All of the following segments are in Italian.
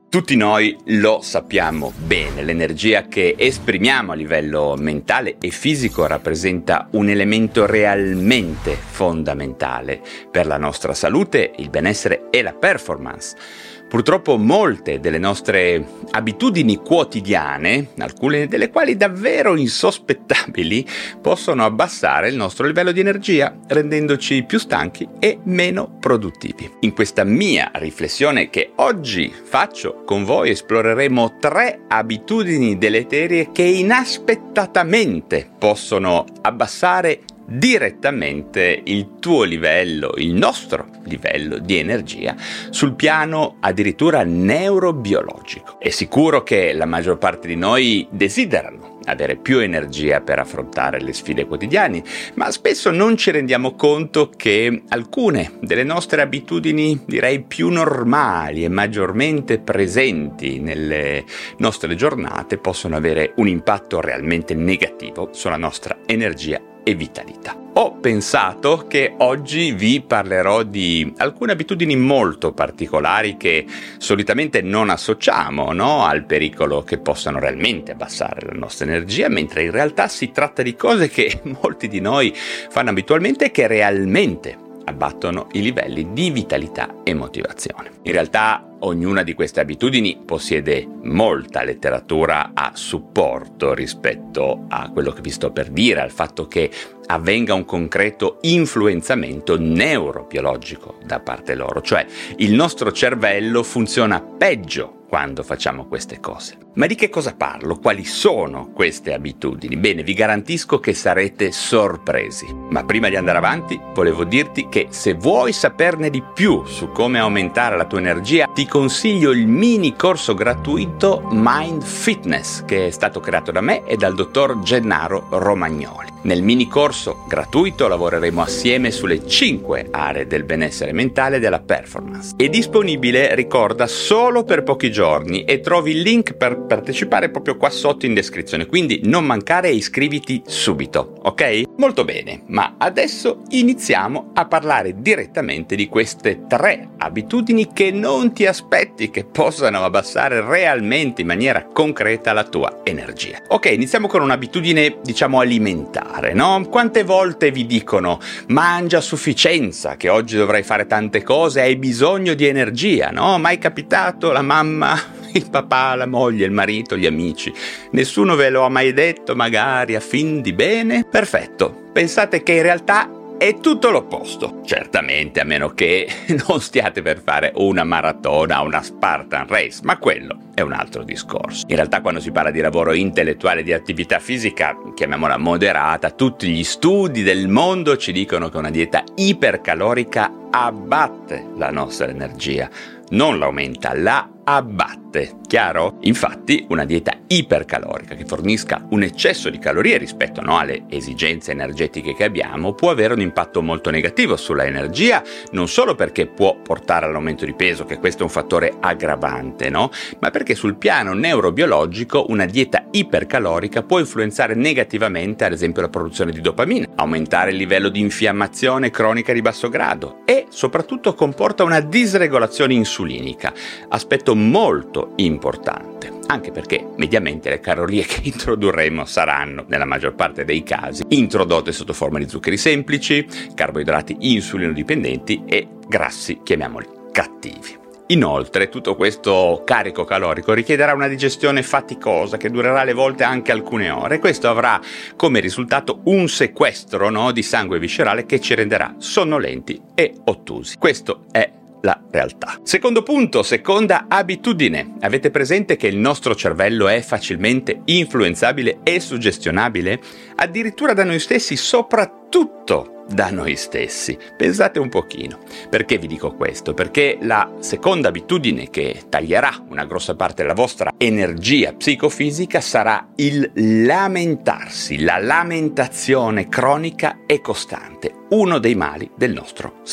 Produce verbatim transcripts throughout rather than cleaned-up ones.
Tutti noi lo sappiamo bene, l'energia che esprimiamo a livello mentale e fisico rappresenta un elemento realmente fondamentale per la nostra salute, il benessere e la performance. Purtroppo molte delle nostre abitudini quotidiane, alcune delle quali davvero insospettabili, possono abbassare il nostro livello di energia, rendendoci più stanchi e meno produttivi. In questa mia riflessione che oggi faccio con voi esploreremo tre abitudini deleterie che inaspettatamente possono abbassare direttamente il tuo livello, il nostro livello di energia sul piano addirittura neurobiologico. È sicuro che la maggior parte di noi desiderano avere più energia per affrontare le sfide quotidiane, ma spesso non ci rendiamo conto che alcune delle nostre abitudini, direi più normali e maggiormente presenti nelle nostre giornate, possono avere un impatto realmente negativo sulla nostra energia e vitalità. Ho pensato che oggi vi parlerò di alcune abitudini molto particolari che solitamente non associamo, no, al pericolo che possano realmente abbassare la nostra energia, mentre in realtà si tratta di cose che molti di noi fanno abitualmente e che realmente abbattono i livelli di vitalità e motivazione. In realtà ognuna di queste abitudini possiede molta letteratura a supporto rispetto a quello che vi sto per dire, al fatto che avvenga un concreto influenzamento neurobiologico da parte loro, cioè il nostro cervello funziona peggio quando facciamo queste cose. Ma di che cosa parlo? Quali sono queste abitudini? Bene, vi garantisco che sarete sorpresi. Ma prima di andare avanti, volevo dirti che se vuoi saperne di più su come aumentare la tua energia, ti consiglio il mini corso gratuito Mind Fitness, che è stato creato da me e dal dottor Gennaro Romagnoli. Nel mini corso gratuito lavoreremo assieme sulle cinque aree del benessere mentale e della performance. È disponibile, ricorda, solo per pochi giorni e trovi il link per partecipare proprio qua sotto in descrizione, quindi non mancare e iscriviti subito, ok? Molto bene, ma adesso iniziamo a parlare direttamente di queste tre abitudini che non ti aspetti che possano abbassare realmente in maniera concreta la tua energia. Ok, iniziamo con un'abitudine, diciamo, alimentare, no? Quante volte vi dicono mangia a sufficienza, che oggi dovrai fare tante cose, hai bisogno di energia, no? Mai capitato? La mamma, il papà, la moglie, il marito, gli amici, nessuno ve lo ha mai detto, magari a fin di bene? Perfetto, pensate che in realtà è tutto l'opposto, certamente a meno che non stiate per fare una maratona o una Spartan Race, ma quello è un altro discorso. In realtà quando si parla di lavoro intellettuale e di attività fisica, chiamiamola moderata, tutti gli studi del mondo ci dicono che una dieta ipercalorica abbatte la nostra energia, non l'aumenta, la abbatte, chiaro? Infatti una dieta ipercalorica che fornisca un eccesso di calorie rispetto, no, alle esigenze energetiche che abbiamo può avere un impatto molto negativo sulla energia, non solo perché può portare all'aumento di peso, che questo è un fattore aggravante, no? Ma perché sul piano neurobiologico una dieta ipercalorica può influenzare negativamente ad esempio la produzione di dopamina, aumentare il livello di infiammazione cronica di basso grado e soprattutto comporta una disregolazione insulinica, aspetto molto importante, anche perché mediamente le calorie che introdurremo saranno, nella maggior parte dei casi, introdotte sotto forma di zuccheri semplici, carboidrati insulinodipendenti e grassi, chiamiamoli cattivi. Inoltre, tutto questo carico calorico richiederà una digestione faticosa che durerà alle volte anche alcune ore. Questo avrà come risultato un sequestro, no, di sangue viscerale che ci renderà sonnolenti e ottusi. Questo è la realtà. Secondo punto, seconda abitudine. Avete presente che il nostro cervello è facilmente influenzabile e suggestionabile? Addirittura da noi stessi, soprattutto da noi stessi. Pensate un pochino. Perché vi dico questo? Perché la seconda abitudine che taglierà una grossa parte della vostra energia psicofisica sarà il lamentarsi, la lamentazione cronica e costante, uno dei mali del nostro secolo.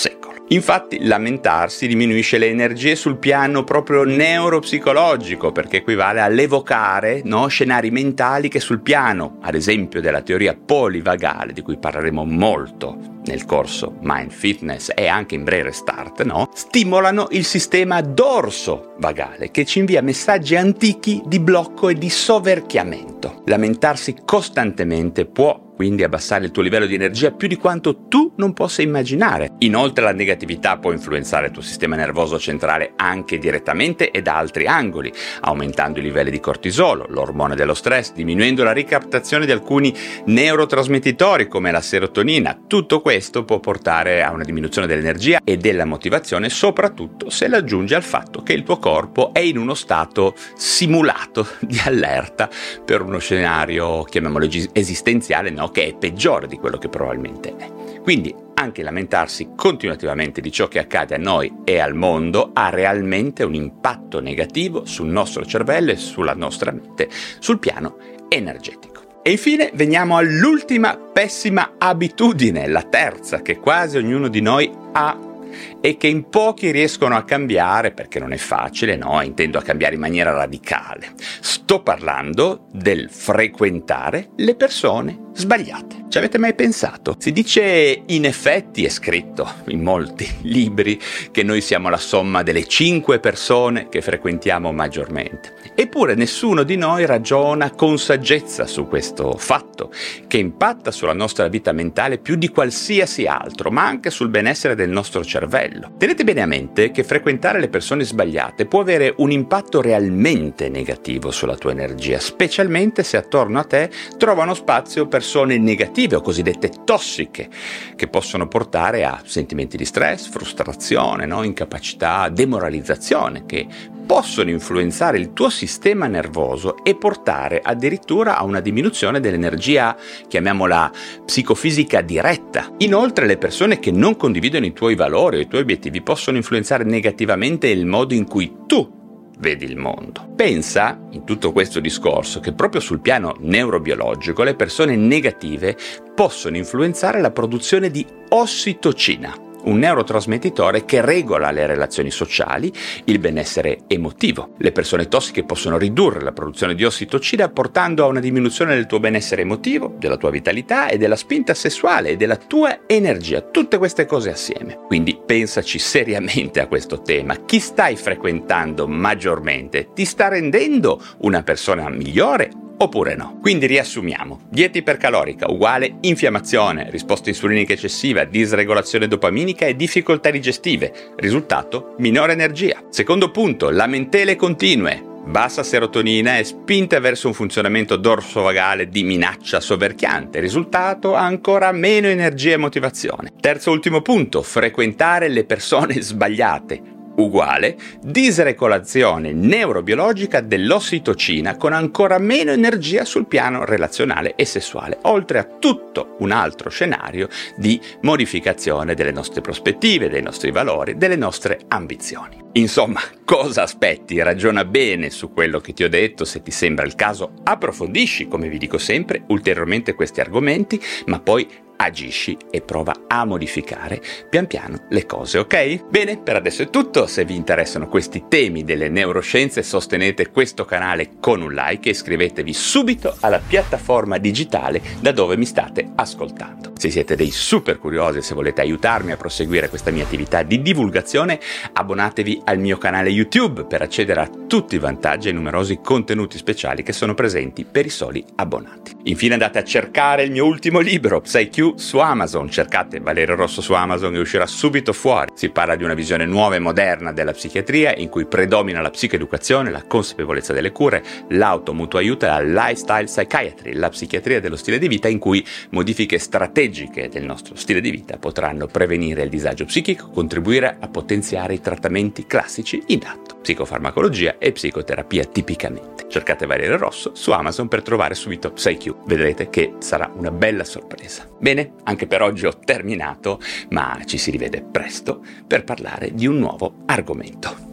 Infatti lamentarsi diminuisce le energie sul piano proprio neuropsicologico, perché equivale all'evocare, no, scenari mentali che sul piano, ad esempio della teoria polivagale, di cui parleremo molto nel corso Mind Fitness e anche in Brain Restart, no, stimolano il sistema dorso vagale, che ci invia messaggi antichi di blocco e di soverchiamento. Lamentarsi costantemente può quindi abbassare il tuo livello di energia più di quanto tu non possa immaginare. Inoltre la negatività può influenzare il tuo sistema nervoso centrale anche direttamente e da altri angoli, aumentando i livelli di cortisolo, l'ormone dello stress, diminuendo la ricaptazione di alcuni neurotrasmettitori come la serotonina. Tutto questo può portare a una diminuzione dell'energia e della motivazione, soprattutto se la aggiunge al fatto che il tuo corpo è in uno stato simulato di allerta per uno scenario, chiamiamolo esistenziale, no? Che è peggiore di quello che probabilmente è. Quindi anche lamentarsi continuativamente di ciò che accade a noi e al mondo ha realmente un impatto negativo sul nostro cervello e sulla nostra mente, sul piano energetico. E infine veniamo all'ultima pessima abitudine, la terza, che quasi ognuno di noi ha e che in pochi riescono a cambiare, perché non è facile, no? Intendo a cambiare in maniera radicale. Sto parlando del frequentare le persone sbagliate. Ci avete mai pensato? Si dice, in effetti è scritto in molti libri, che noi siamo la somma delle cinque persone che frequentiamo maggiormente. Eppure nessuno di noi ragiona con saggezza su questo fatto, che impatta sulla nostra vita mentale più di qualsiasi altro, ma anche sul benessere del nostro cervello. Tenete bene a mente che frequentare le persone sbagliate può avere un impatto realmente negativo sulla tua energia, specialmente se attorno a te trovano spazio persone negative o cosiddette tossiche, che possono portare a sentimenti di stress, frustrazione, no? Incapacità, demoralizzazione, che possono influenzare il tuo sistema nervoso e portare addirittura a una diminuzione dell'energia, chiamiamola psicofisica diretta. Inoltre le persone che non condividono i tuoi valori o i tuoi obiettivi possono influenzare negativamente il modo in cui tu vedi il mondo. Pensa, in tutto questo discorso, che proprio sul piano neurobiologico le persone negative possono influenzare la produzione di ossitocina, un neurotrasmettitore che regola le relazioni sociali, il benessere emotivo. Le persone tossiche possono ridurre la produzione di ossitocina, portando a una diminuzione del tuo benessere emotivo, della tua vitalità e della spinta sessuale e della tua energia. Tutte queste cose assieme. Quindi pensaci seriamente a questo tema. Chi stai frequentando maggiormente ti sta rendendo una persona migliore oppure no? Quindi riassumiamo: dieta ipercalorica uguale infiammazione, risposta insulinica eccessiva, disregolazione dopaminica e difficoltà digestive. Risultato: minore energia. Secondo punto, lamentele continue, bassa serotonina e spinte verso un funzionamento dorsovagale di minaccia soverchiante. Risultato: ancora meno energia e motivazione. Terzo ultimo punto, frequentare le persone sbagliate uguale disregolazione neurobiologica dell'ossitocina con ancora meno energia sul piano relazionale e sessuale, oltre a tutto un altro scenario di modificazione delle nostre prospettive, dei nostri valori, delle nostre ambizioni. Insomma, cosa aspetti? Ragiona bene su quello che ti ho detto, se ti sembra il caso approfondisci, come vi dico sempre, ulteriormente questi argomenti, ma poi agisci e prova a modificare pian piano le cose, ok? Bene, per adesso è tutto. Se vi interessano questi temi delle neuroscienze, sostenete questo canale con un like e iscrivetevi subito alla piattaforma digitale da dove mi state ascoltando. Se siete dei super curiosi e se volete aiutarmi a proseguire questa mia attività di divulgazione, abbonatevi al mio canale YouTube per accedere a tutti i vantaggi e numerosi contenuti speciali che sono presenti per i soli abbonati. Infine andate a cercare il mio ultimo libro, PsyQ, su Amazon. Cercate Valerio Rosso su Amazon e uscirà subito fuori. Si parla di una visione nuova e moderna della psichiatria, in cui predomina la psicoeducazione, la consapevolezza delle cure, l'automutuo aiuto e la lifestyle psychiatry, la psichiatria dello stile di vita, in cui modifiche strategiche del nostro stile di vita potranno prevenire il disagio psichico, contribuire a potenziare i trattamenti classici in atto, psicofarmacologia e psicoterapia tipicamente. Cercate Valerio Rosso su Amazon per trovare subito PsyQ. Vedrete che sarà una bella sorpresa. Bene, anche per oggi ho terminato, ma ci si rivede presto per parlare di un nuovo argomento.